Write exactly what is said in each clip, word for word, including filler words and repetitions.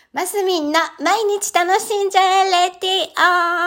マスミンの毎日楽しんじゃえレディオ。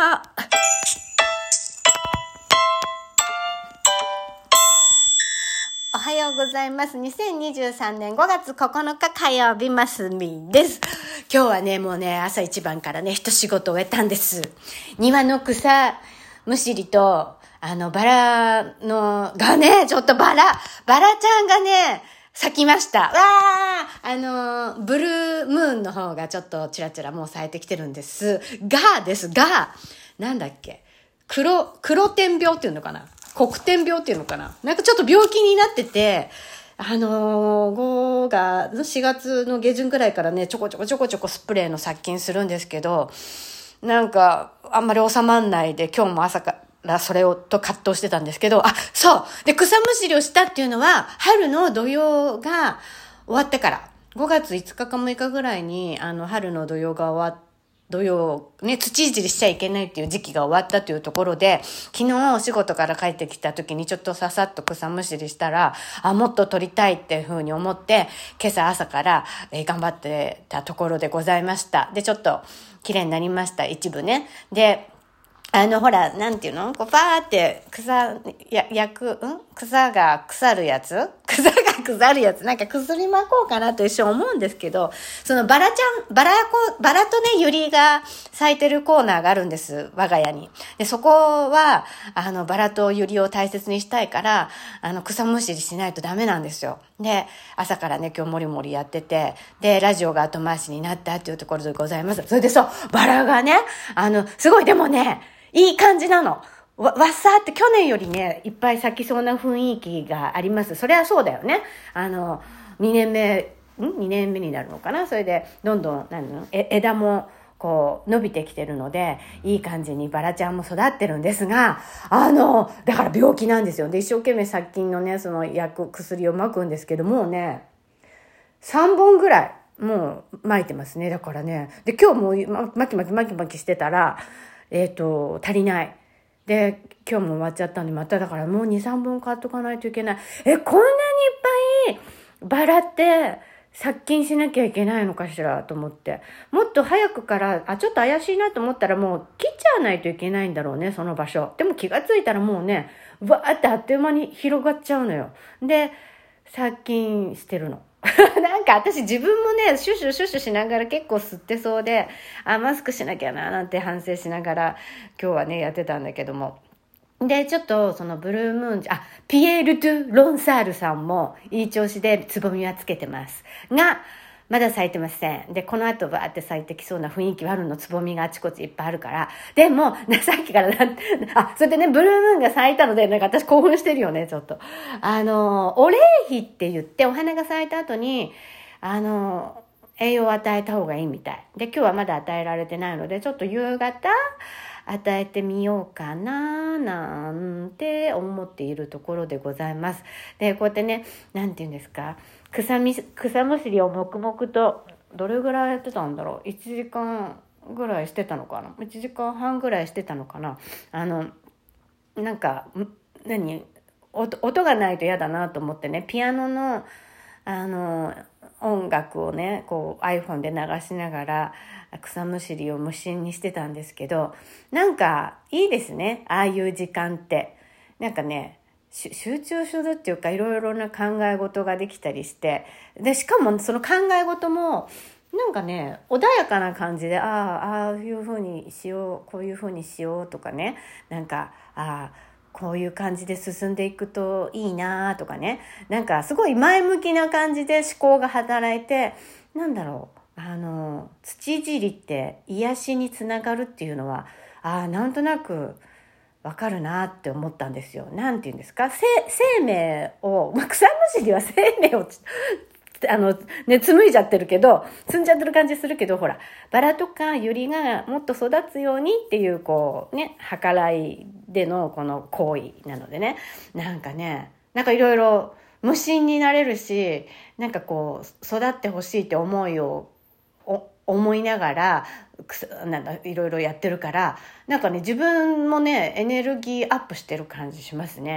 おはようございます。にせんにじゅうさんねんごがつここのか火曜日、マスミンです。今日はね、もうね、朝一番からね、一仕事終えたんです。庭の草むしりと、あの、バラの、がね、ちょっとバラ、バラちゃんがね、咲きました。わー、あの、ブルームーンの方がちょっとチラチラもう咲いてきてるんです。がですが、なんだっけ、黒、黒点病っていうのかな、黒点病っていうのかな、なんかちょっと病気になってて、あのー、ごがつ、しがつの下旬くらいからね、ちょこちょこちょこちょこスプレーの殺菌するんですけど、なんか、あんまり収まんないで、今日も朝からそれをと葛藤してたんですけど、あ、そう。で、草むしりをしたっていうのは、春の土用が終わってから、ごがついつかかむいかぐらいに、あの、春の土用が終わって、土曜、ね、土いじりしちゃいけないっていう時期が終わったというところで、昨日お仕事から帰ってきた時にちょっとささっと草むしりしたら、あ、もっと撮りたいっていうふうに思って、今朝朝から、えー、頑張ってたところでございました。で、ちょっと綺麗になりました、一部ね。で、あの、ほら、なんていうのこう、バーって草、や、焼く、ん草が腐るやつ草が腐るやつなんか薬まこうかなと一瞬思うんですけど、そのバラちゃん、バラこ、バラとね、ユリが咲いてるコーナーがあるんです。我が家に。で、そこは、あの、バラとユリを大切にしたいから、あの、草むしりしないとダメなんですよ。で、朝からね、今日もりもりやってて、で、ラジオが後回しになったっていうところでございます。それでそう、バラがね、あの、すごいでもね、いい感じなの。わ、わっさーって去年よりね、いっぱい咲きそうな雰囲気があります。それはそうだよね。あの、にねんめ、ん ?に 年目になるのかな。それで、どんどん、なんのえ、枝も、こう、伸びてきてるので、いい感じにバラちゃんも育ってるんですが、あの、だから病気なんですよ。で、一生懸命殺菌のね、その薬、薬を撒くんですけどもね、さんぼんぐらい、もう撒いてますね。だからね、で、今日もま、巻き巻き巻き巻きしてたら、えっと、足りない。で、今日も終わっちゃったんで、まただからもうに、さんぼん買っとかないといけない。え、こんなにいっぱいバラって殺菌しなきゃいけないのかしらと思って。もっと早くから、あ、ちょっと怪しいなと思ったらもう切っちゃわないといけないんだろうね、その場所。でも気がついたらもうね、わーってあっという間に広がっちゃうのよ。で、殺菌してるの。なんか私自分もね、シュッシュシュッシュしながら結構吸ってそうで、あ、マスクしなきゃななんて反省しながら今日はね、やってたんだけども。で、ちょっとそのブルームーン、あ、ピエール・ドゥ・ロンサールさんもいい調子でつぼみはつけてます。が、まだ咲いてません。で、この後バーって咲いてきそうな雰囲気はあるの、つぼみがあちこちいっぱいあるから。でも、さっきからなん、あ、それでね、ブルームーンが咲いたので、なんか私興奮してるよね、ちょっと。あの、お礼碑って言って、お花が咲いた後に、あの、栄養を与えた方がいいみたい。で、今日はまだ与えられてないので、ちょっと夕方、与えてみようかななんて思っているところでございます。で、こうやってね、なんて言うんですか、草み、草むしりを黙々と、どれぐらいやってたんだろう。いちじかんぐらいしてたのかな。いちじかんはんぐらいしてたのかな。あの、なんか、何音、音がないと嫌だなと思ってね、ピアノの、あの、音楽をね、こう iPhone で流しながら草むしりを無心にしてたんですけど、なんかいいですね、ああいう時間って。なんかね、集中するっていうか、いろいろな考え事ができたりして、で、しかもその考え事も、なんかね、穏やかな感じで、ああ、ああいう風にしよう、こういう風にしようとかね、なんか、ああ、こういう感じで進んでいくといいなとかね、なんかすごい前向きな感じで思考が働いて、なんだろう、あの土いじりって癒しにつながるっていうのは、あ、なんとなくわかるなって思ったんですよ。なんていうんですか、生, 生命を、まあ、草むしりは生命をあのね、紡いじゃってるけど、積んじゃってる感じするけど、ほら、バラとかユリがもっと育つようにっていう、こうね、計らいでのこの行為なのでね、なんかね、なんかいろいろ無心になれるし、なんかこう、育ってほしいって思いを思いながら、なんかいろいろやってるから、なんかね、自分もね、エネルギーアップしてる感じしますね。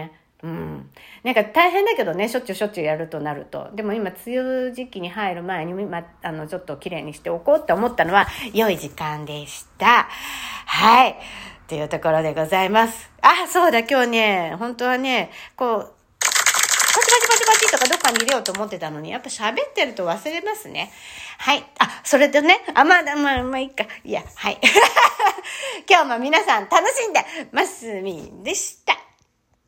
うん。なんか大変だけどね、しょっちゅうしょっちゅうやるとなると。でも今、梅雨時期に入る前に、ま、あの、ちょっと綺麗にしておこうって思ったのは、良い時間でした。はい。というところでございます。あ、そうだ、今日ね、本当はね、こう、パチパチパチパチとかどっかに入れようと思ってたのに、やっぱ喋ってると忘れますね。はい。あ、それでね、あ、まだ、まあ、まあいいか。いや、はい。今日も皆さん楽しんでますみでした。